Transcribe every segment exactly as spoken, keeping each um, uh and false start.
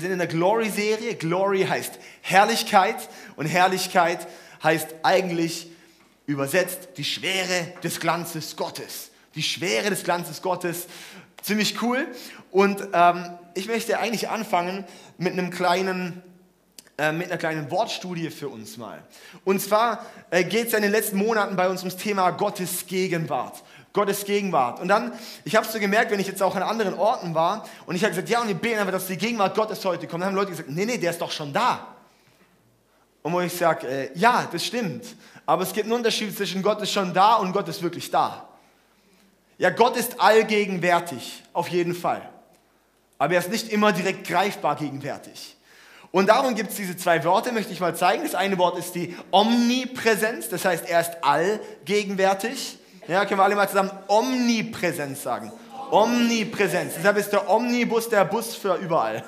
sind in der Glory-Serie. Glory heißt Herrlichkeit und Herrlichkeit heißt eigentlich übersetzt die Schwere des Glanzes Gottes. Die Schwere des Glanzes Gottes, ziemlich cool. Und ähm, ich möchte eigentlich anfangen mit einem kleinen, äh, mit einer kleinen Wortstudie für uns mal. Und zwar äh, geht es ja in den letzten Monaten bei uns ums Thema Gottes Gegenwart. Gottes Gegenwart. Und dann, ich habe es so gemerkt, wenn ich jetzt auch an anderen Orten war und ich habe gesagt, ja, und wir beten einfach, dass die Gegenwart Gottes heute kommt. Dann haben Leute gesagt, nee, nee, der ist doch schon da. Und wo ich sage, äh, ja, das stimmt. Aber es gibt einen Unterschied zwischen Gott ist schon da und Gott ist wirklich da. Ja, Gott ist allgegenwärtig, auf jeden Fall. Aber er ist nicht immer direkt greifbar gegenwärtig. Und darum gibt es diese zwei Worte, möchte ich mal zeigen. Das eine Wort ist die Omnipräsenz, das heißt, er ist allgegenwärtig. Ja, können wir alle mal zusammen Omnipräsenz sagen. Omnipräsenz. Deshalb ist der Omnibus der Bus für überall.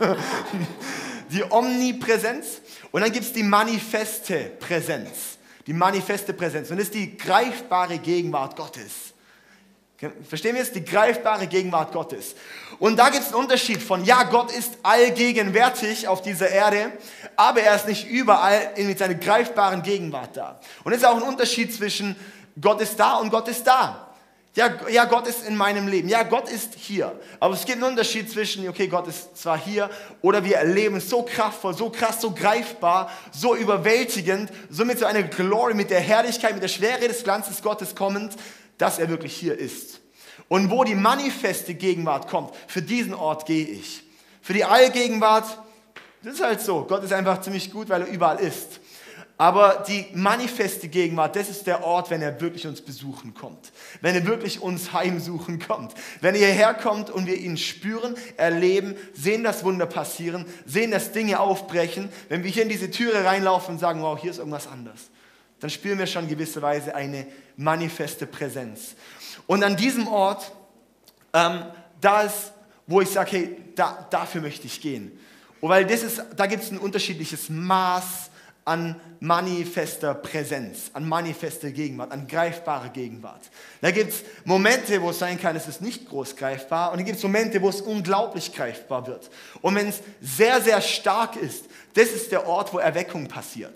Die Omnipräsenz. Und dann gibt es die manifeste Präsenz. Die manifeste Präsenz. Und das ist die greifbare Gegenwart Gottes. Verstehen wir es? Die greifbare Gegenwart Gottes. Und da gibt es einen Unterschied von, ja, Gott ist allgegenwärtig auf dieser Erde, aber er ist nicht überall mit seiner greifbaren Gegenwart da. Und es ist auch ein Unterschied zwischen Gott ist da und Gott ist da. Ja, ja, Gott ist in meinem Leben. Ja, Gott ist hier. Aber es gibt einen Unterschied zwischen, okay, Gott ist zwar hier, oder wir erleben es so kraftvoll, so krass, so greifbar, so überwältigend, so mit so einer Glory, mit der Herrlichkeit, mit der Schwere des Glanzes Gottes kommend, dass er wirklich hier ist. Und wo die manifeste Gegenwart kommt, für diesen Ort gehe ich. Für die Allgegenwart, das ist halt so. Gott ist einfach ziemlich gut, weil er überall ist. Aber die manifeste Gegenwart, das ist der Ort, wenn er wirklich uns besuchen kommt. Wenn er wirklich uns heimsuchen kommt. Wenn er hierher kommt und wir ihn spüren, erleben, sehen, dass Wunder passieren, sehen, dass Dinge aufbrechen. Wenn wir hier in diese Türe reinlaufen und sagen, wow, hier ist irgendwas anders, dann spüren wir schon gewisserweise eine manifeste Präsenz. Und an diesem Ort, ähm, da ist, wo ich sage, hey, da, dafür möchte ich gehen. Und weil das ist, da gibt es ein unterschiedliches Maß an manifester Präsenz, an manifester Gegenwart, an greifbare Gegenwart. Da gibt es Momente, wo es sein kann, es ist nicht groß greifbar, und dann gibt es Momente, wo es unglaublich greifbar wird. Und wenn es sehr, sehr stark ist, das ist der Ort, wo Erweckung passiert.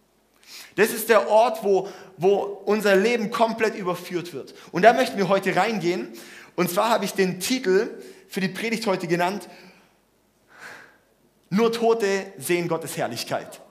Das ist der Ort, wo, wo unser Leben komplett überführt wird. Und da möchten wir heute reingehen. Und zwar habe ich den Titel für die Predigt heute genannt, Nur Tote sehen Gottes Herrlichkeit.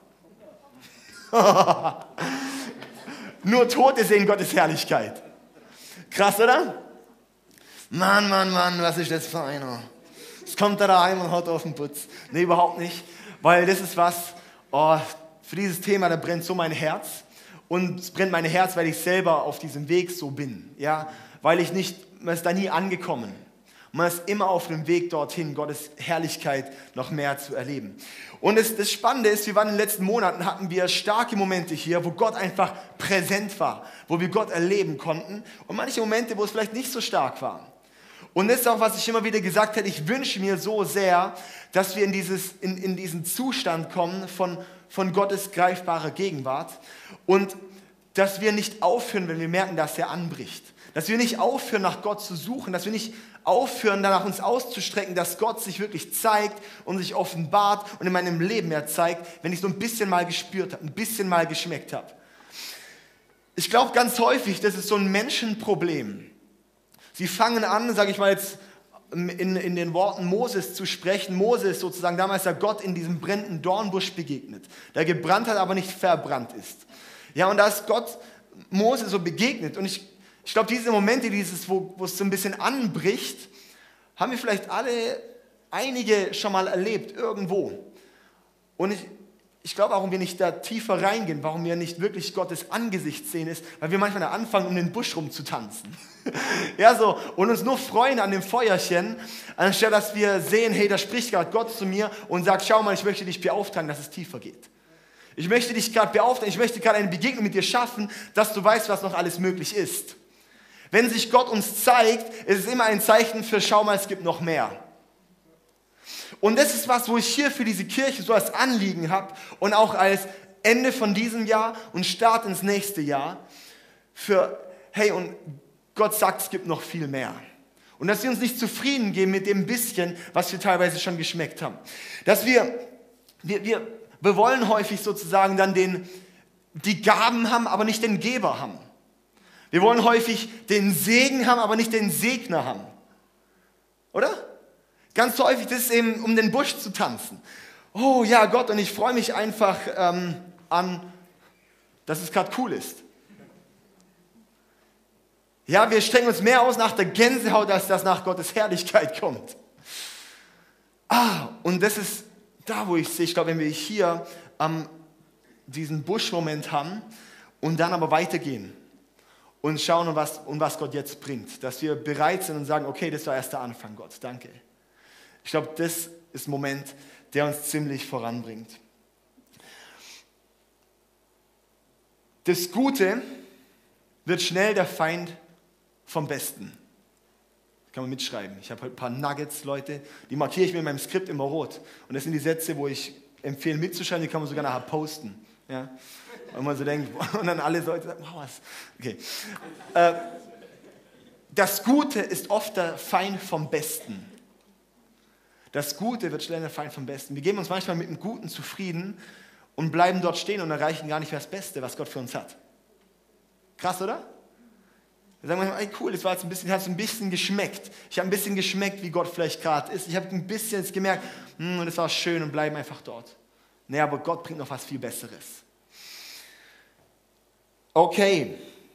Nur Tote sehen Gottes Herrlichkeit. Krass, oder? Mann, Mann, Mann, was ist das für einer? Jetzt kommt er daheim und haut auf den Putz. Nee, überhaupt nicht. Weil das ist was, oh, für dieses Thema, da brennt so mein Herz. Und es brennt mein Herz, weil ich selber auf diesem Weg so bin. Ja? Weil ich nicht, man ist da nie angekommen. Man ist immer auf dem Weg dorthin, Gottes Herrlichkeit noch mehr zu erleben. Und das, das Spannende ist, wir waren in den letzten Monaten, hatten wir starke Momente hier, wo Gott einfach präsent war, wo wir Gott erleben konnten. Und manche Momente, wo es vielleicht nicht so stark war. Und das ist auch, was ich immer wieder gesagt habe, ich wünsche mir so sehr, dass wir in, dieses, in, in diesen Zustand kommen von, von Gottes greifbarer Gegenwart. Und dass wir nicht aufhören, wenn wir merken, dass er anbricht. Dass wir nicht aufhören, nach Gott zu suchen, dass wir nicht aufhören, danach uns auszustrecken, dass Gott sich wirklich zeigt und sich offenbart und in meinem Leben mehr zeigt, wenn ich so ein bisschen mal gespürt habe, ein bisschen mal geschmeckt habe. Ich glaube ganz häufig, das ist so ein Menschenproblem. Sie fangen an, sage ich mal jetzt in, in den Worten Moses zu sprechen. Moses sozusagen, damals der Gott in diesem brennenden Dornbusch begegnet, der gebrannt hat, aber nicht verbrannt ist. Ja, und da ist Gott Mose so begegnet. Und ich, ich glaube, diese Momente, dieses, wo, wo es so ein bisschen anbricht, haben wir vielleicht alle, einige schon mal erlebt, irgendwo. Und ich, ich glaube auch, warum wir nicht da tiefer reingehen, warum wir nicht wirklich Gottes Angesicht sehen, ist, weil wir manchmal da anfangen, um den Busch rumzutanzen. Ja, so, und uns nur freuen an dem Feuerchen, anstatt dass wir sehen, hey, da spricht gerade Gott zu mir und sagt, schau mal, ich möchte dich beauftragen, dass es tiefer geht. Ich möchte dich gerade beauftragen, ich möchte gerade eine Begegnung mit dir schaffen, dass du weißt, was noch alles möglich ist. Wenn sich Gott uns zeigt, ist es immer ein Zeichen für, schau mal, es gibt noch mehr. Und das ist was, wo ich hier für diese Kirche so als Anliegen habe und auch als Ende von diesem Jahr und Start ins nächste Jahr für, hey, und Gott sagt, es gibt noch viel mehr. Und dass wir uns nicht zufrieden geben mit dem bisschen, was wir teilweise schon geschmeckt haben. Dass wir, wir, wir, wir wollen häufig sozusagen dann den, die Gaben haben, aber nicht den Geber haben. Wir wollen häufig den Segen haben, aber nicht den Segner haben. Oder? Ganz häufig, das ist eben, um den Busch zu tanzen. Oh ja, Gott, und ich freue mich einfach ähm, an, dass es gerade cool ist. Ja, wir strecken uns mehr aus nach der Gänsehaut, als dass nach Gottes Herrlichkeit kommt. Ah, und das ist da, wo ich sehe, ich glaube, wenn wir hier ähm, diesen Buschmoment haben und dann aber weitergehen und schauen, um was, um was Gott jetzt bringt, dass wir bereit sind und sagen, okay, das war erst der Anfang, Gott, danke. Ich glaube, das ist ein Moment, der uns ziemlich voranbringt. Das Gute wird schnell der Feind vom Besten. Das kann man mitschreiben. Ich habe ein paar Nuggets, Leute, die markiere ich mir in meinem Skript immer rot. Und das sind die Sätze, wo ich empfehle mitzuschreiben, die kann man sogar nachher posten. Ja? Wenn man so denkt, und dann alle Leute sagen, wow, was? Okay. Äh, das Gute ist oft der Feind vom Besten. Das Gute wird schnell der Feind vom Besten. Wir geben uns manchmal mit dem Guten zufrieden und bleiben dort stehen und erreichen gar nicht mehr das Beste, was Gott für uns hat. Krass, oder? Wir sagen manchmal, ey, cool, das war jetzt ein bisschen, ich habe es ein bisschen geschmeckt. Ich habe ein bisschen geschmeckt, wie Gott vielleicht gerade ist. Ich habe ein bisschen jetzt gemerkt, mh, das war schön und bleiben einfach dort. Nee, aber Gott bringt noch was viel Besseres. Okay.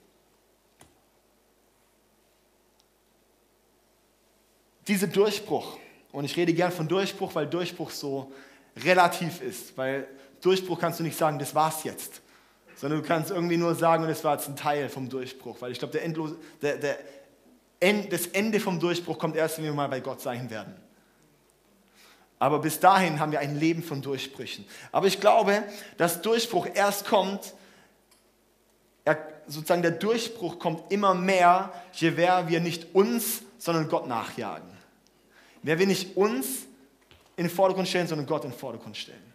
Dieser Durchbruch, und ich rede gern von Durchbruch, weil Durchbruch so relativ ist, weil Durchbruch kannst du nicht sagen, das war's jetzt. Sondern du kannst irgendwie nur sagen, das war jetzt ein Teil vom Durchbruch. Weil ich glaube, der Endlos, der, der End, das Ende vom Durchbruch kommt erst, wenn wir mal bei Gott sein werden. Aber bis dahin haben wir ein Leben von Durchbrüchen. Aber ich glaube, dass Durchbruch erst kommt, er, sozusagen der Durchbruch kommt immer mehr, je mehr wir nicht uns, sondern Gott nachjagen. Wer wir nicht uns in den Vordergrund stellen, sondern Gott in den Vordergrund stellen.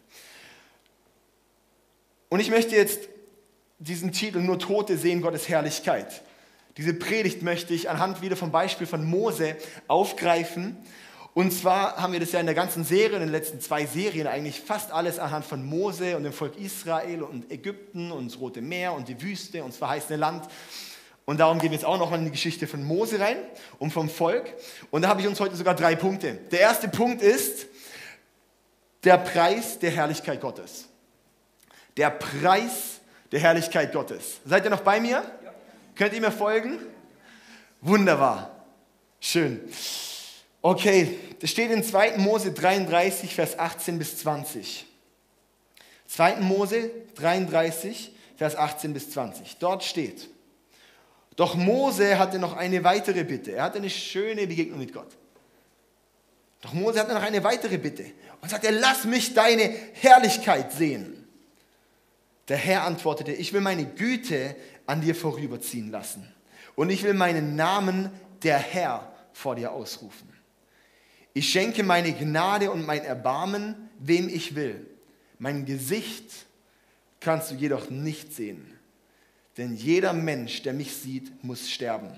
Und ich möchte jetzt diesen Titel "Nur Tote sehen Gottes Herrlichkeit". Diese Predigt möchte ich anhand wieder vom Beispiel von Mose aufgreifen. Und zwar haben wir das ja in der ganzen Serie, in den letzten zwei Serien eigentlich fast alles anhand von Mose und dem Volk Israel und Ägypten und das Rote Meer und die Wüste und das verheißene Land. Und darum gehen wir jetzt auch noch mal in die Geschichte von Mose rein und vom Volk. Und da habe ich uns heute sogar drei Punkte. Der erste Punkt ist der Preis der Herrlichkeit Gottes. Der Preis der Herrlichkeit Gottes. Seid ihr noch bei mir? Ja. Könnt ihr mir folgen? Wunderbar. Schön. Okay, das steht in zweiten Mose dreiunddreißig, Vers achtzehn bis zwanzig. zweiten Mose dreiunddreißig, Vers achtzehn bis zwanzig. Dort steht: Doch Mose hatte noch eine weitere Bitte. Er hatte eine schöne Begegnung mit Gott. Doch Mose hatte noch eine weitere Bitte und sagte: Lass mich deine Herrlichkeit sehen. Der Herr antwortete: Ich will meine Güte an dir vorüberziehen lassen und ich will meinen Namen, der Herr, vor dir ausrufen. Ich schenke meine Gnade und mein Erbarmen, wem ich will. Mein Gesicht kannst du jedoch nicht sehen, denn jeder Mensch, der mich sieht, muss sterben.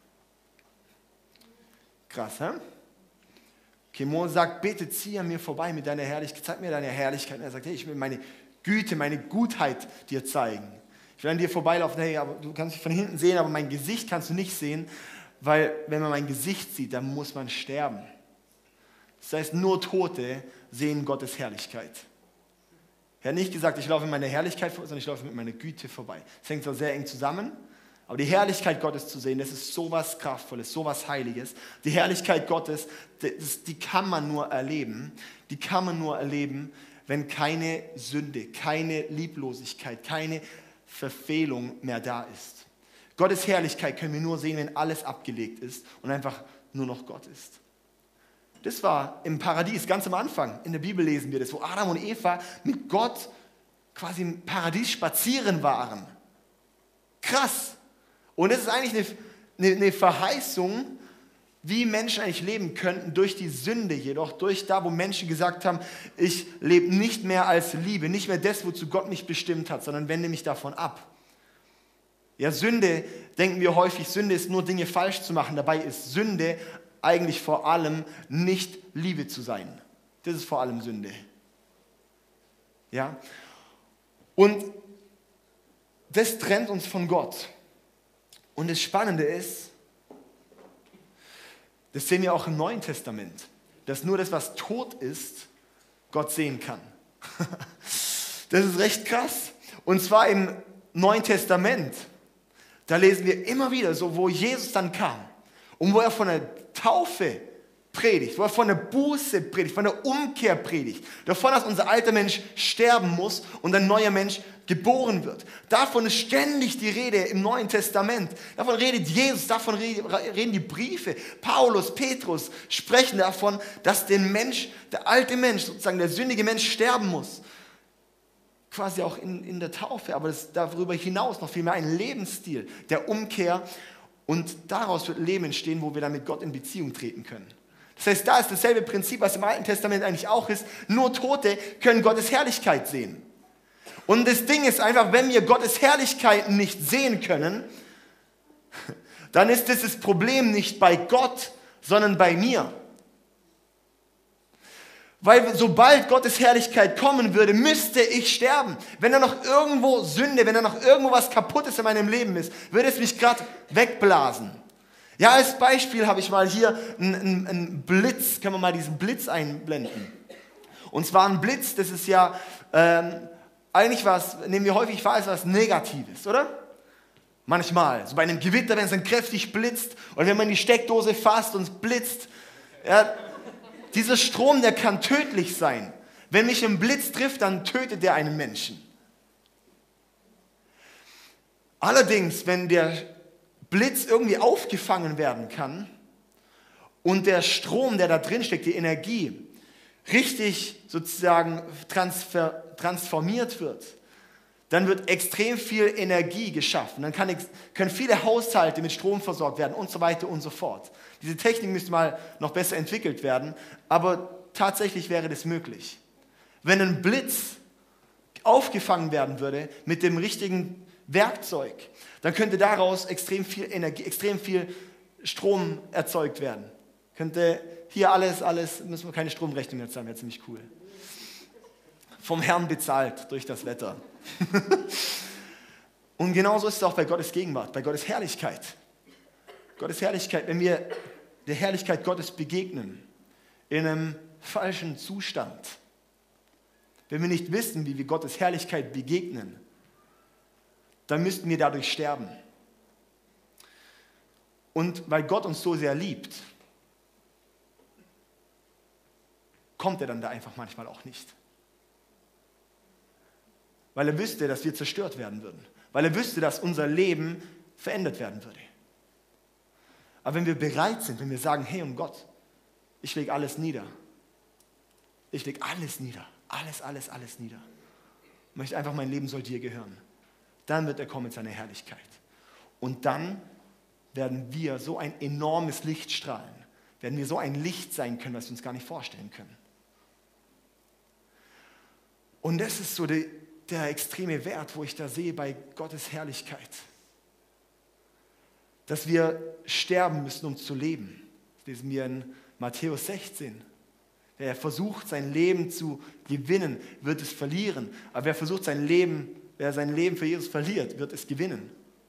Krass, hä? Okay, Mose sagt: Bitte zieh an mir vorbei mit deiner Herrlichkeit, zeig mir deine Herrlichkeit. Und er sagt: Hey, ich will meine Güte, meine Gutheit dir zeigen. Ich will an dir vorbeilaufen, hey, aber du kannst mich von hinten sehen, aber mein Gesicht kannst du nicht sehen, weil wenn man mein Gesicht sieht, dann muss man sterben. Das heißt, nur Tote sehen Gottes Herrlichkeit. Er hat nicht gesagt, ich laufe in meiner Herrlichkeit vor, sondern ich laufe mit meiner Güte vorbei. Das hängt zwar sehr eng zusammen, aber die Herrlichkeit Gottes zu sehen, das ist sowas Kraftvolles, sowas Heiliges. Die Herrlichkeit Gottes, das, die kann man nur erleben, die kann man nur erleben, wenn keine Sünde, keine Lieblosigkeit, keine Verfehlung mehr da ist. Gottes Herrlichkeit können wir nur sehen, wenn alles abgelegt ist und einfach nur noch Gott ist. Das war im Paradies, ganz am Anfang. In der Bibel lesen wir das, wo Adam und Eva mit Gott quasi im Paradies spazieren waren. Krass. Und das ist eigentlich eine, eine, eine Verheißung, wie Menschen eigentlich leben könnten, durch die Sünde jedoch, durch da, wo Menschen gesagt haben, ich lebe nicht mehr als Liebe, nicht mehr das, wozu Gott mich bestimmt hat, sondern wende mich davon ab. Ja, Sünde, denken wir häufig, Sünde ist nur Dinge falsch zu machen. Dabei ist Sünde eigentlich vor allem nicht Liebe zu sein. Das ist vor allem Sünde. Ja? Und das trennt uns von Gott. Und das Spannende ist, das sehen wir auch im Neuen Testament, dass nur das, was tot ist, Gott sehen kann. Das ist recht krass. Und zwar im Neuen Testament, da lesen wir immer wieder so, wo Jesus dann kam und wo er von der Taufe predigt, wo er von der Buße predigt, von der Umkehr predigt, davon, dass unser alter Mensch sterben muss und ein neuer Mensch geboren wird. Davon ist ständig die Rede im Neuen Testament. Davon redet Jesus, davon reden die Briefe. Paulus, Petrus sprechen davon, dass der Mensch, der alte Mensch, sozusagen der sündige Mensch sterben muss. Quasi auch in, in der Taufe, aber das, darüber hinaus noch vielmehr ein Lebensstil der Umkehr, und daraus wird Leben entstehen, wo wir dann mit Gott in Beziehung treten können. Das heißt, da ist dasselbe Prinzip, was im Alten Testament eigentlich auch ist, nur Tote können Gottes Herrlichkeit sehen. Und das Ding ist einfach, wenn wir Gottes Herrlichkeit nicht sehen können, dann ist das, das Problem nicht bei Gott, sondern bei mir. Weil sobald Gottes Herrlichkeit kommen würde, müsste ich sterben. Wenn da noch irgendwo Sünde, wenn da noch irgendwo was Kaputtes in meinem Leben ist, würde es mich gerade wegblasen. Ja, als Beispiel habe ich mal hier einen, einen, einen Blitz, können wir mal diesen Blitz einblenden. Und zwar ein Blitz, das ist ja ähm, eigentlich was, nehmen wir häufig wahr, ist was Negatives, oder? Manchmal, so bei einem Gewitter, wenn es dann kräftig blitzt, oder wenn man die Steckdose fasst und es blitzt, ja, dieser Strom, der kann tödlich sein. Wenn mich ein Blitz trifft, dann tötet der einen Menschen. Allerdings, wenn der Blitz irgendwie aufgefangen werden kann und der Strom, der da drin steckt, die Energie, richtig sozusagen transfer, transformiert wird, dann wird extrem viel Energie geschaffen. Dann kann, können viele Haushalte mit Strom versorgt werden und so weiter und so fort. Diese Technik müsste mal noch besser entwickelt werden, aber tatsächlich wäre das möglich. Wenn ein Blitz aufgefangen werden würde mit dem richtigen Werkzeug, dann könnte daraus extrem viel Energie, extrem viel Strom erzeugt werden. Könnte hier alles, alles, müssen wir keine Stromrechnung jetzt haben, wäre ziemlich cool. Vom Herrn bezahlt durch das Wetter. Und genauso ist es auch bei Gottes Gegenwart, bei Gottes Herrlichkeit. Gottes Herrlichkeit, wenn wir der Herrlichkeit Gottes begegnen, in einem falschen Zustand, wenn wir nicht wissen, wie wir Gottes Herrlichkeit begegnen, dann müssten wir dadurch sterben. Und weil Gott uns so sehr liebt, kommt er dann da einfach manchmal auch nicht. Weil er wüsste, dass wir zerstört werden würden. Weil er wüsste, dass unser Leben verändert werden würde. Aber wenn wir bereit sind, wenn wir sagen, hey und Gott, ich lege alles nieder. Ich lege alles nieder. Alles, alles, alles nieder. Ich möchte einfach, mein Leben soll dir gehören. Dann wird er kommen mit seiner Herrlichkeit. Und dann werden wir so ein enormes Licht strahlen. Werden wir so ein Licht sein können, was wir uns gar nicht vorstellen können. Und das ist so die, der extreme Wert, wo ich da sehe bei Gottes Herrlichkeit. Dass wir sterben müssen, um zu leben. Das lesen wir in Matthäus sechzehn. Wer versucht, sein Leben zu gewinnen, wird es verlieren. Aber wer versucht, sein Leben, wer sein Leben für Jesus verliert, wird es gewinnen.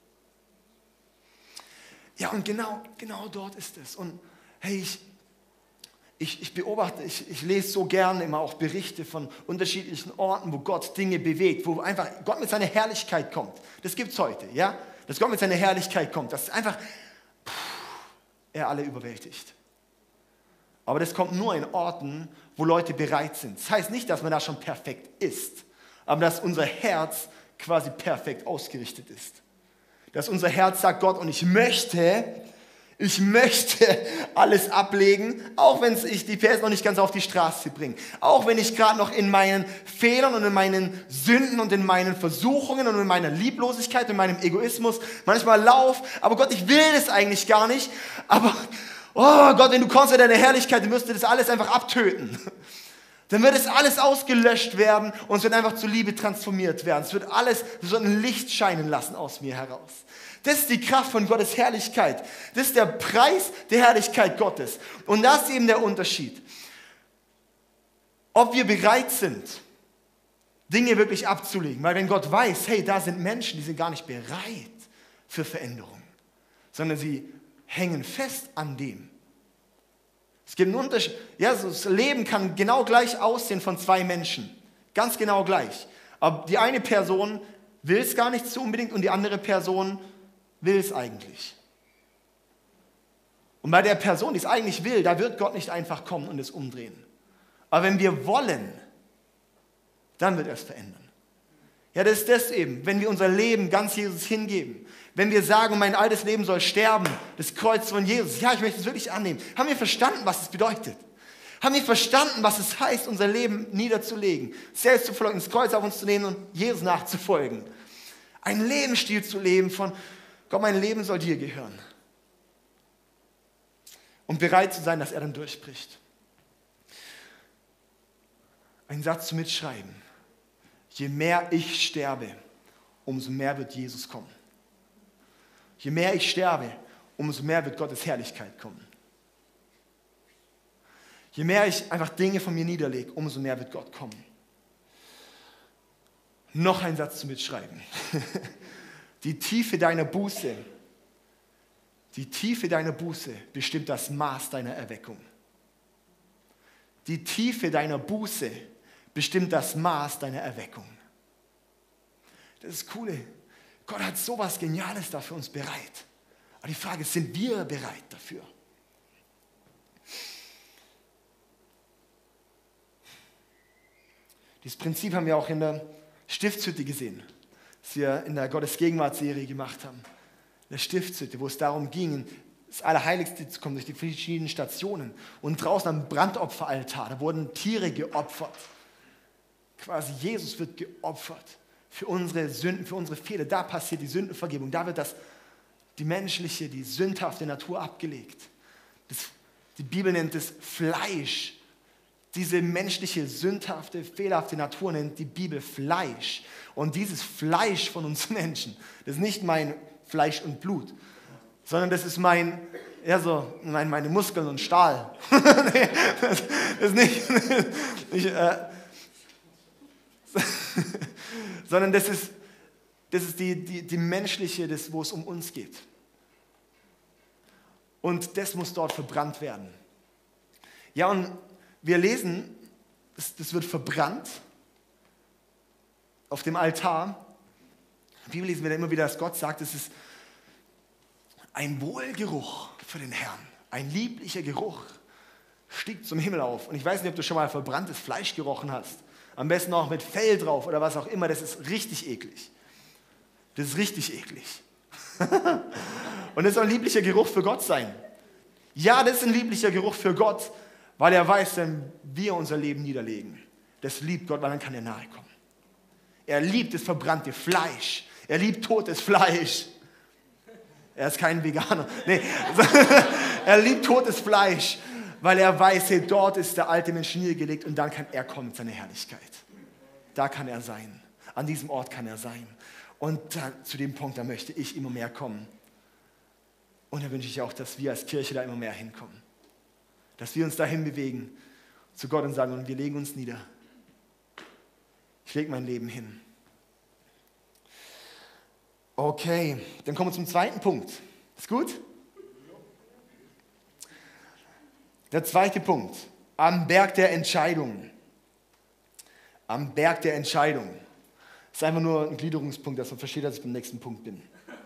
Ja, und genau, genau dort ist es. Und hey, ich, ich, ich beobachte, ich, ich lese so gerne immer auch Berichte von unterschiedlichen Orten, wo Gott Dinge bewegt, wo einfach Gott mit seiner Herrlichkeit kommt. Das gibt es heute, ja? Dass Gott mit seiner Herrlichkeit kommt. Dass einfach pff, er alle überwältigt. Aber das kommt nur in Orten, wo Leute bereit sind. Das heißt nicht, dass man da schon perfekt ist, aber dass unser Herz quasi perfekt ausgerichtet ist. Dass unser Herz sagt, Gott, und ich möchte, ich möchte alles ablegen, auch wenn ich die Verse noch nicht ganz auf die Straße bringe. Auch wenn ich gerade noch in meinen Fehlern und in meinen Sünden und in meinen Versuchungen und in meiner Lieblosigkeit und in meinem Egoismus manchmal laufe. Aber Gott, ich will das eigentlich gar nicht. Aber oh Gott, wenn du kommst in deine Herrlichkeit, dann wirst du das alles einfach abtöten. Dann wird es alles ausgelöscht werden und es wird einfach zu Liebe transformiert werden. Es wird alles, es wird ein Licht scheinen lassen aus mir heraus. Das ist die Kraft von Gottes Herrlichkeit. Das ist der Preis der Herrlichkeit Gottes. Und das ist eben der Unterschied. Ob wir bereit sind, Dinge wirklich abzulegen. Weil wenn Gott weiß, hey, da sind Menschen, die sind gar nicht bereit für Veränderung, sondern sie hängen fest an dem. Es gibt einen Unterschied. Ja, das Leben kann genau gleich aussehen von zwei Menschen. Ganz genau gleich. Aber die eine Person will es gar nicht so unbedingt und die andere Person will es eigentlich. Und bei der Person, die es eigentlich will, da wird Gott nicht einfach kommen und es umdrehen. Aber wenn wir wollen, dann wird er es verändern. Ja, das ist das eben, wenn wir unser Leben ganz Jesus hingeben. Wenn wir sagen, mein altes Leben soll sterben, das Kreuz von Jesus. Ja, ich möchte es wirklich annehmen. Haben wir verstanden, was es bedeutet? Haben wir verstanden, was es heißt, unser Leben niederzulegen, selbst zu verleugnen, das Kreuz auf uns zu nehmen und Jesus nachzufolgen? Einen Lebensstil zu leben von, Gott, mein Leben soll dir gehören. Und bereit zu sein, dass er dann durchbricht. Ein Satz zum Mitschreiben. Je mehr ich sterbe, umso mehr wird Jesus kommen. Je mehr ich sterbe, umso mehr wird Gottes Herrlichkeit kommen. Je mehr ich einfach Dinge von mir niederlege, umso mehr wird Gott kommen. Noch ein Satz zum Mitschreiben. Die Tiefe deiner Buße, die Tiefe deiner Buße bestimmt das Maß deiner Erweckung. Die Tiefe deiner Buße bestimmt das Maß deiner Erweckung. Das ist das Coole. Gott hat sowas Geniales da für uns bereit. Aber die Frage ist, sind wir bereit dafür? Dieses Prinzip haben wir auch in der Stiftshütte gesehen, das wir in der Gottesgegenwart-Serie gemacht haben. In der Stiftshütte, wo es darum ging, das Allerheiligste zu kommen durch die verschiedenen Stationen. Und draußen am Brandopferaltar, da wurden Tiere geopfert. Quasi Jesus wird geopfert für unsere Sünden, für unsere Fehler. Da passiert die Sündenvergebung. Da wird das, die menschliche, die sündhafte Natur abgelegt. Das, die Bibel nennt es Fleisch. Diese menschliche, sündhafte, fehlerhafte Natur nennt die Bibel Fleisch. Und dieses Fleisch von uns Menschen, das ist nicht mein Fleisch und Blut, sondern das ist mein, ja so, mein, meine Muskeln und Stahl. Nee, das, das ist nicht, nicht äh, sondern das ist, das ist die, die, die menschliche, das, wo es um uns geht. Und das muss dort verbrannt werden. Ja, und wir lesen, das, das wird verbrannt auf dem Altar. In der Bibel lesen wir dann immer wieder, dass Gott sagt, es ist ein Wohlgeruch für den Herrn. Ein lieblicher Geruch stieg zum Himmel auf. Und ich weiß nicht, ob du schon mal verbranntes Fleisch gerochen hast. Am besten auch mit Fell drauf oder was auch immer. Das ist richtig eklig. Das ist richtig eklig. Und das soll ein lieblicher Geruch für Gott sein. Ja, das ist ein lieblicher Geruch für Gott, weil er weiß, wenn wir unser Leben niederlegen, das liebt Gott, weil dann kann er nahe kommen. Er liebt das verbrannte Fleisch. Er liebt totes Fleisch. Er ist kein Veganer. Nee. Er liebt totes Fleisch, weil er weiß, hey, dort ist der alte Mensch niedergelegt und dann kann er kommen mit seiner Herrlichkeit. Da kann er sein. An diesem Ort kann er sein. Und da, zu dem Punkt, da möchte ich immer mehr kommen. Und da wünsche ich auch, dass wir als Kirche da immer mehr hinkommen. Dass wir uns dahin bewegen zu Gott und sagen, und wir legen uns nieder. Ich lege mein Leben hin. Okay, dann kommen wir zum zweiten Punkt. Ist gut? Der zweite Punkt. Am Berg der Entscheidung. Am Berg der Entscheidung. Das ist einfach nur ein Gliederungspunkt, dass man versteht, dass ich beim nächsten Punkt bin.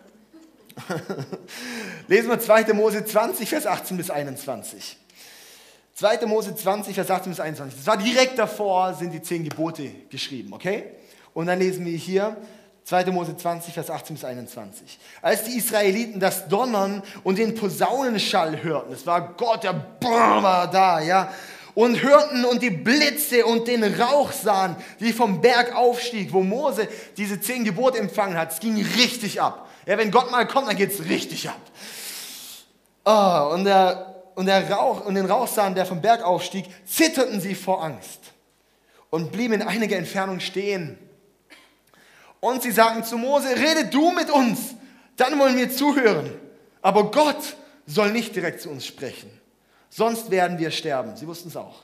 Lesen wir zweiter Mose zwanzig, Vers achtzehn bis einundzwanzig. zweiter Mose zwanzig, Vers achtzehn bis einundzwanzig. Das war direkt davor, sind die zehn Gebote geschrieben, okay? Und dann lesen wir hier zweiter Mose zwanzig, Vers achtzehn bis einundzwanzig. Als die Israeliten das Donnern und den Posaunenschall hörten, das war Gott, der Brrr war da, ja, und hörten und die Blitze und den Rauch sahen, die vom Berg aufstieg, wo Mose diese zehn Gebote empfangen hat, es ging richtig ab. Ja, wenn Gott mal kommt, dann geht es richtig ab. Oh, und, der, und, der Rauch, und den Rauch sahen, der vom Berg aufstieg, zitterten sie vor Angst. und blieben in einiger Entfernung stehen. Und sie sagten zu Mose, rede du mit uns, dann wollen wir zuhören. Aber Gott soll nicht direkt zu uns sprechen, sonst werden wir sterben. Sie wussten es auch.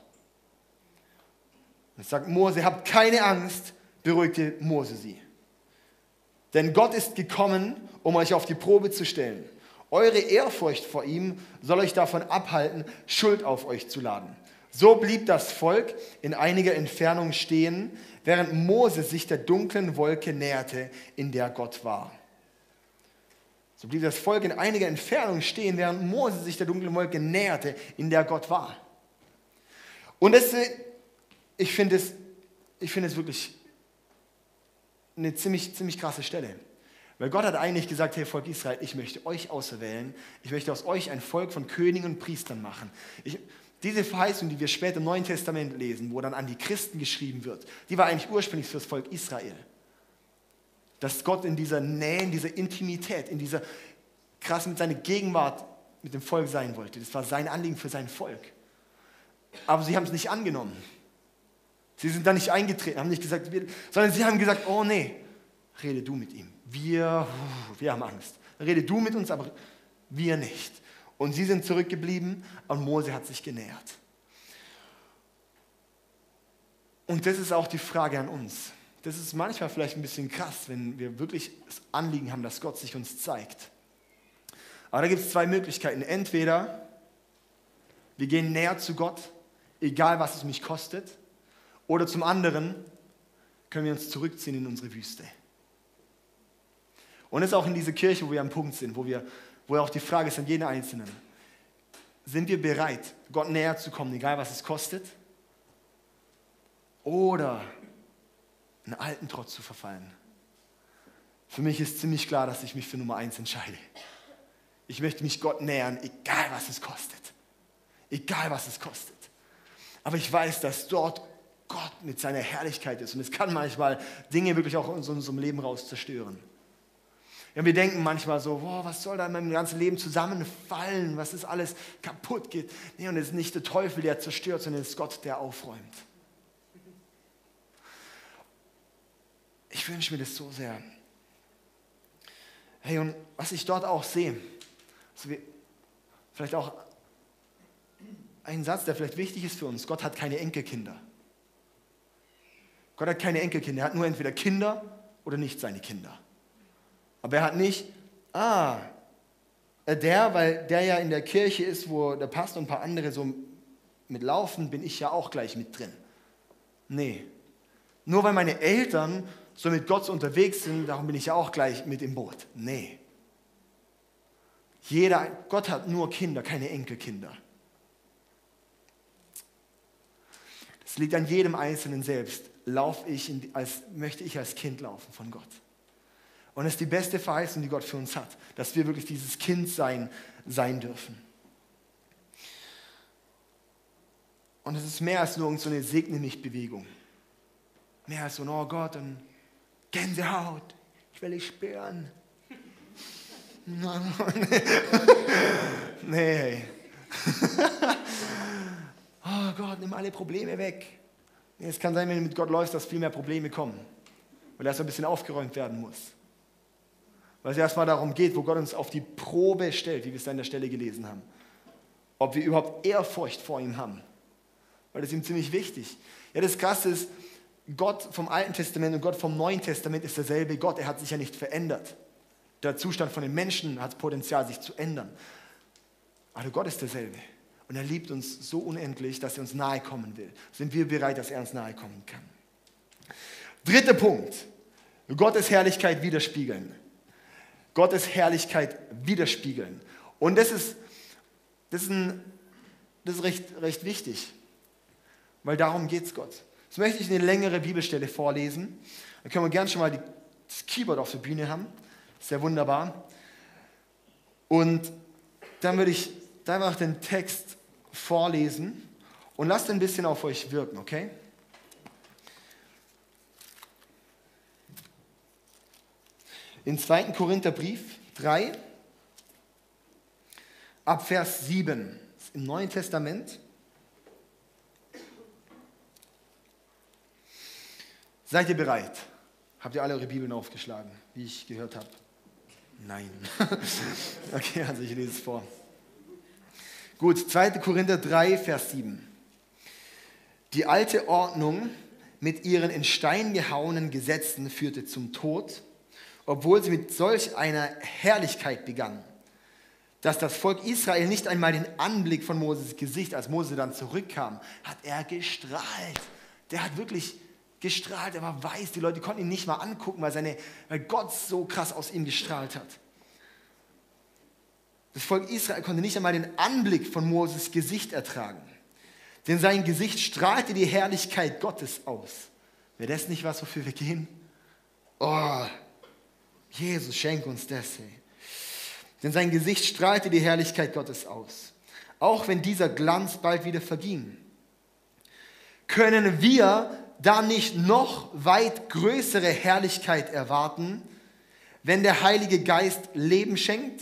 Und sagt Mose, habt keine Angst, beruhigte Mose sie. Denn Gott ist gekommen, um euch auf die Probe zu stellen. Eure Ehrfurcht vor ihm soll euch davon abhalten, Schuld auf euch zu laden. So blieb das Volk in einiger Entfernung stehen, während Mose sich der dunklen Wolke näherte, in der Gott war. So blieb das Volk in einiger Entfernung stehen, während Mose sich der dunklen Wolke näherte, in der Gott war. Und das, ich finde es, ich finde es wirklich eine ziemlich, ziemlich krasse Stelle. Weil Gott hat eigentlich gesagt, hey Volk Israel, ich möchte euch auserwählen, ich möchte aus euch ein Volk von Königen und Priestern machen. Ich, diese Verheißung, die wir später im Neuen Testament lesen, wo dann an die Christen geschrieben wird, die war eigentlich ursprünglich für das Volk Israel. Dass Gott in dieser Nähe, in dieser Intimität, in dieser krass mit seiner Gegenwart mit dem Volk sein wollte. Das war sein Anliegen für sein Volk. Aber sie haben es nicht angenommen. Sie sind da nicht eingetreten, haben nicht gesagt, wir, sondern sie haben gesagt, oh nee, rede du mit ihm. Wir, wir haben Angst. Rede du mit uns, aber wir nicht. Und sie sind zurückgeblieben und Mose hat sich genähert. Und das ist auch die Frage an uns. Das ist manchmal vielleicht ein bisschen krass, wenn wir wirklich das Anliegen haben, dass Gott sich uns zeigt. Aber da gibt es zwei Möglichkeiten. Entweder wir gehen näher zu Gott, egal was es mich kostet, oder zum anderen können wir uns zurückziehen in unsere Wüste. Und es ist auch in dieser Kirche, wo wir am Punkt sind, wo, wir, wo auch die Frage ist an jeden Einzelnen. Sind wir bereit, Gott näher zu kommen, egal was es kostet? Oder einen alten Trotz zu verfallen? Für mich ist ziemlich klar, dass ich mich für Nummer eins entscheide. Ich möchte mich Gott nähern, egal was es kostet. Egal was es kostet. Aber ich weiß, dass dort Gott mit seiner Herrlichkeit ist. Und es kann manchmal Dinge wirklich auch aus unserem Leben raus zerstören. Ja, wir denken manchmal so, wow, was soll da in meinem ganzen Leben zusammenfallen, was ist alles kaputt geht. Nee, und es ist nicht der Teufel, der zerstört, sondern es ist Gott, der aufräumt. Ich wünsche mir das so sehr. Hey, und was ich dort auch sehe, also wir, vielleicht auch ein Satz, der vielleicht wichtig ist für uns. Gott hat keine Enkelkinder. Gott hat keine Enkelkinder. Er hat nur entweder Kinder oder nicht seine Kinder. Aber er hat nicht, ah, der, weil der ja in der Kirche ist, wo der Pastor und ein paar andere so mitlaufen, bin ich ja auch gleich mit drin. Nee. Nur weil meine Eltern so mit Gott so unterwegs sind, darum bin ich ja auch gleich mit im Boot. Nee. Jeder, Gott hat nur Kinder, keine Enkelkinder. Es liegt an jedem Einzelnen selbst. Lauf ich in, als, möchte ich als Kind laufen von Gott. Und das ist die beste Verheißung, die Gott für uns hat, dass wir wirklich dieses Kind sein, sein dürfen. Und es ist mehr als nur so eine Segne-mich-Bewegung. Mehr als so, oh Gott, und Gänsehaut, ich will dich spüren. Nee. Oh Gott, nimm alle Probleme weg. Nee, es kann sein, wenn du mit Gott läufst, dass viel mehr Probleme kommen. Weil erst ein bisschen aufgeräumt werden muss. Weil es erstmal darum geht, wo Gott uns auf die Probe stellt, wie wir es da in der Stelle gelesen haben. Ob wir überhaupt Ehrfurcht vor ihm haben. Weil das ist ihm ziemlich wichtig. Ja, das Krasse ist, Gott vom Alten Testament und Gott vom Neuen Testament ist derselbe Gott. Er hat sich ja nicht verändert. Der Zustand von den Menschen hat Potenzial, sich zu ändern. Aber Gott ist derselbe. Und er liebt uns so unendlich, dass er uns nahe kommen will. Sind wir bereit, dass er uns nahe kommen kann? Dritter Punkt. Gottes Herrlichkeit widerspiegeln. Gottes Herrlichkeit widerspiegeln. Und das ist, das ist, ein, das ist recht, recht wichtig. Weil darum geht es Gott. Jetzt möchte ich eine längere Bibelstelle vorlesen. Dann können wir gerne schon mal die, das Keyboard auf der Bühne haben. Sehr wunderbar. Und dann würde ich einfach den Text vorlesen und lasst ein bisschen auf euch wirken, okay? In zweiten Korintherbrief drei, ab Vers sieben, im Neuen Testament. Seid ihr bereit? Habt ihr alle eure Bibeln aufgeschlagen, wie ich gehört habe? Nein. Okay, also ich lese es vor. Gut, zweiter Korinther drei, Vers sieben. Die alte Ordnung mit ihren in Stein gehauenen Gesetzen führte zum Tod, obwohl sie mit solch einer Herrlichkeit begann, dass das Volk Israel nicht einmal den Anblick von Moses Gesicht, als Mose dann zurückkam, hat er gestrahlt. Der hat wirklich gestrahlt, er war weiß, die Leute konnten ihn nicht mal angucken, weil, seine, weil Gott so krass aus ihm gestrahlt hat. Das Volk Israel konnte nicht einmal den Anblick von Moses Gesicht ertragen, denn sein Gesicht strahlte die Herrlichkeit Gottes aus. Wäre das nicht was, wofür wir gehen? Oh, Jesus, schenk uns das, hey. Denn sein Gesicht strahlte die Herrlichkeit Gottes aus. Auch wenn dieser Glanz bald wieder verging. Können wir da nicht noch weit größere Herrlichkeit erwarten, wenn der Heilige Geist Leben schenkt?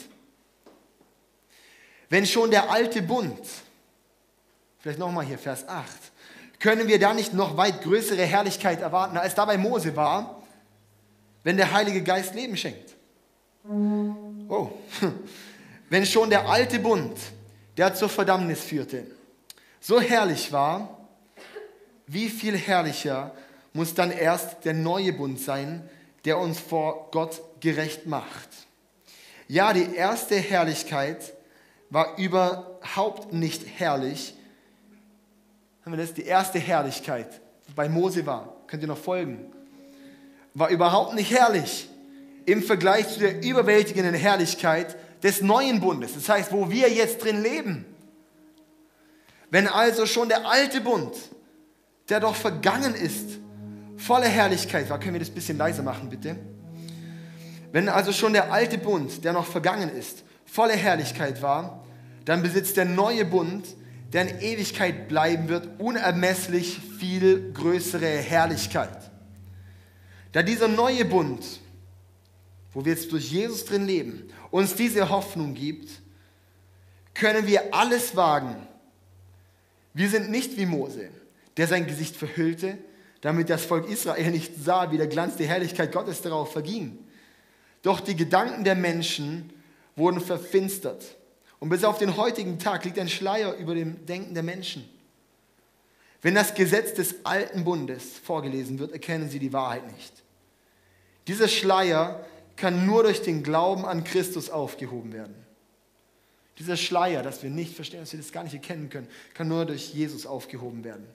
Wenn schon der alte Bund, vielleicht nochmal hier, Vers acht, können wir da nicht noch weit größere Herrlichkeit erwarten, als da bei Mose war, wenn der Heilige Geist Leben schenkt? Oh, wenn schon der alte Bund, der zur Verdammnis führte, so herrlich war, wie viel herrlicher muss dann erst der neue Bund sein, der uns vor Gott gerecht macht. Ja, die erste Herrlichkeit war überhaupt nicht herrlich. Haben wir das? Die erste Herrlichkeit, die bei Mose war, könnt ihr noch folgen, war überhaupt nicht herrlich im Vergleich zu der überwältigenden Herrlichkeit des neuen Bundes. Das heißt, wo wir jetzt drin leben. Wenn also schon der alte Bund, der doch vergangen ist, voller Herrlichkeit war, können wir das ein bisschen leiser machen, bitte? Wenn also schon der alte Bund, der noch vergangen ist, voller Herrlichkeit war, dann besitzt der neue Bund, der in Ewigkeit bleiben wird, unermesslich viel größere Herrlichkeit. Da dieser neue Bund, wo wir jetzt durch Jesus drin leben, uns diese Hoffnung gibt, können wir alles wagen. Wir sind nicht wie Mose, der sein Gesicht verhüllte, damit das Volk Israel nicht sah, wie der Glanz der Herrlichkeit Gottes darauf verging. Doch die Gedanken der Menschen wurden verfinstert. Und bis auf den heutigen Tag liegt ein Schleier über dem Denken der Menschen. Wenn das Gesetz des alten Bundes vorgelesen wird, erkennen sie die Wahrheit nicht. Dieser Schleier kann nur durch den Glauben an Christus aufgehoben werden. Dieser Schleier, dass wir nicht verstehen, dass wir das gar nicht erkennen können, kann nur durch Jesus aufgehoben werden.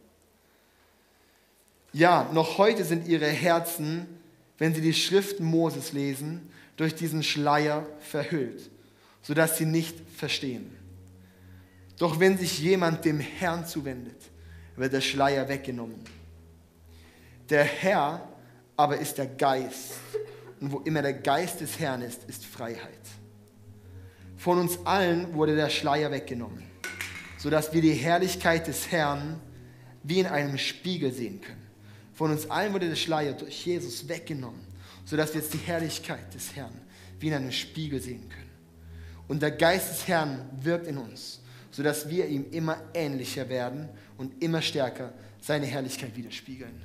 Ja, noch heute sind ihre Herzen, wenn sie die Schriften Moses lesen, durch diesen Schleier verhüllt, sodass sie nicht verstehen. Doch wenn sich jemand dem Herrn zuwendet, wird der Schleier weggenommen. Der Herr aber ist der Geist. Und wo immer der Geist des Herrn ist, ist Freiheit. Von uns allen wurde der Schleier weggenommen, sodass wir die Herrlichkeit des Herrn wie in einem Spiegel sehen können. Von uns allen wurde der Schleier durch Jesus weggenommen, sodass wir jetzt die Herrlichkeit des Herrn wie in einem Spiegel sehen können. Und der Geist des Herrn wirkt in uns, sodass wir ihm immer ähnlicher werden und immer stärker seine Herrlichkeit widerspiegeln.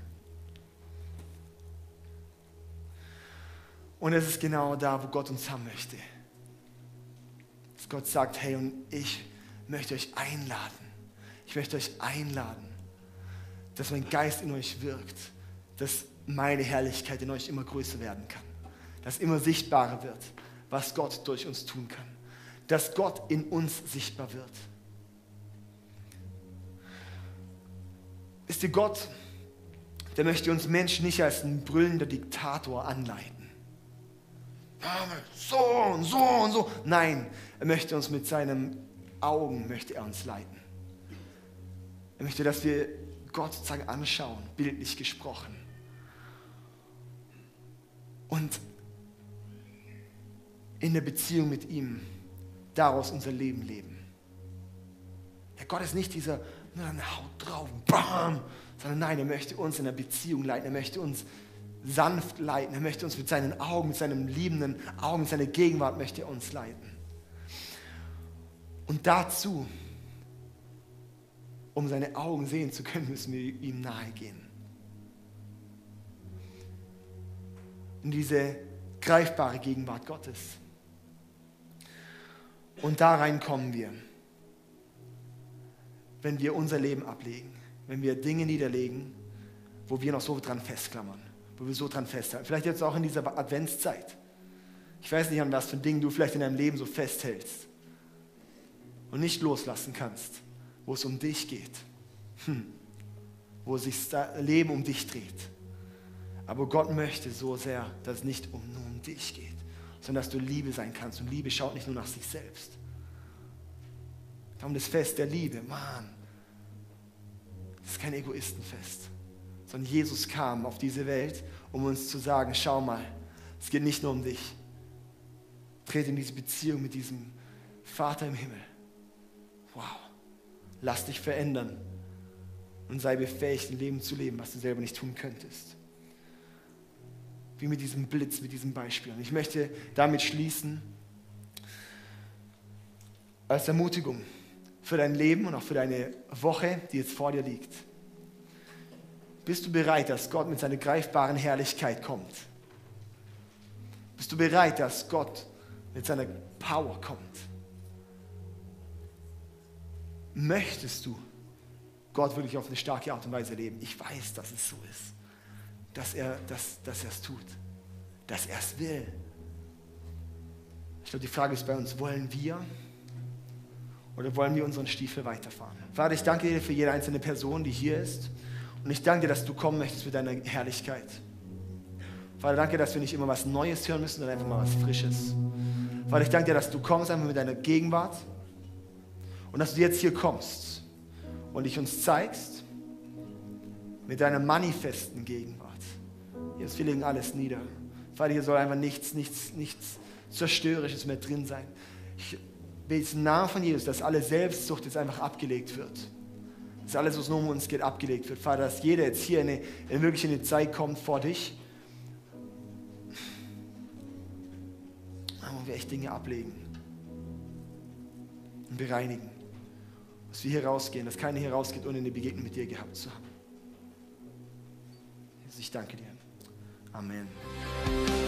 Und es ist genau da, wo Gott uns haben möchte. Dass Gott sagt, hey, und ich möchte euch einladen. Ich möchte euch einladen, dass mein Geist in euch wirkt, dass meine Herrlichkeit in euch immer größer werden kann. Dass immer sichtbarer wird, was Gott durch uns tun kann. Dass Gott in uns sichtbar wird. Wisst ihr, Gott, der möchte uns Menschen nicht als ein brüllender Diktator anleiten. So und so und so. Nein, er möchte uns mit seinen Augen, möchte er uns leiten. Er möchte, dass wir Gott sozusagen anschauen, bildlich gesprochen. Und in der Beziehung mit ihm daraus unser Leben leben. Der Gott ist nicht dieser, nur eine Haut drauf, bam, sondern nein, er möchte uns in der Beziehung leiten, er möchte uns sanft leiten, er möchte uns mit seinen Augen, mit seinen liebenden Augen, mit seiner Gegenwart möchte er uns leiten. Und dazu, um seine Augen sehen zu können, müssen wir ihm nahe gehen. in diese greifbare Gegenwart Gottes. Und da rein kommen wir, wenn wir unser Leben ablegen, wenn wir Dinge niederlegen, wo wir noch so dran festklammern, wo wir so dran festhalten. Vielleicht jetzt auch in dieser Adventszeit. Ich weiß nicht, an was für Dingen du vielleicht in deinem Leben so festhältst und nicht loslassen kannst, wo es um dich geht, hm. wo sich das Leben um dich dreht. Aber Gott möchte so sehr, dass es nicht um, nur um dich geht, sondern dass du Liebe sein kannst. Und Liebe schaut nicht nur nach sich selbst. Darum das Fest der Liebe, Mann, das ist kein Egoistenfest, sondern Jesus kam auf diese Welt, um uns zu sagen, schau mal, es geht nicht nur um dich. Trete in diese Beziehung mit diesem Vater im Himmel. Wow, lass dich verändern und sei befähigt, ein Leben zu leben, was du selber nicht tun könntest. Wie mit diesem Blitz, mit diesem Beispiel. Und ich möchte damit schließen, als Ermutigung für dein Leben und auch für deine Woche, die jetzt vor dir liegt. Bist du bereit, dass Gott mit seiner greifbaren Herrlichkeit kommt? Bist du bereit, dass Gott mit seiner Power kommt? Möchtest du Gott wirklich auf eine starke Art und Weise leben? Ich weiß, dass es so ist, dass er dass, dass er es tut, dass er es will. Ich glaube, die Frage ist bei uns, wollen wir oder wollen wir unseren Stiefel weiterfahren? Vater, ich danke dir für jede einzelne Person, die hier ist. Und ich danke dir, dass du kommen möchtest mit deiner Herrlichkeit. Vater, danke, dass wir nicht immer was Neues hören müssen, sondern einfach mal was Frisches. Vater, ich danke dir, dass du kommst einfach mit deiner Gegenwart und dass du jetzt hier kommst und dich uns zeigst mit deiner manifesten Gegenwart. Jetzt, wir legen alles nieder. Vater, hier soll einfach nichts, nichts, nichts Zerstörerisches mehr drin sein. Ich bete im Namen von Jesus, dass alle Selbstsucht jetzt einfach abgelegt wird. Dass alles, was nur um uns geht, abgelegt wird. Vater, dass jeder jetzt hier in eine, in wirklich in eine Zeit kommt vor dich, wo wir echt Dinge ablegen und bereinigen. Dass wir hier rausgehen, dass keiner hier rausgeht, ohne eine Begegnung mit dir gehabt zu haben. Jesus, ich danke dir. Amen.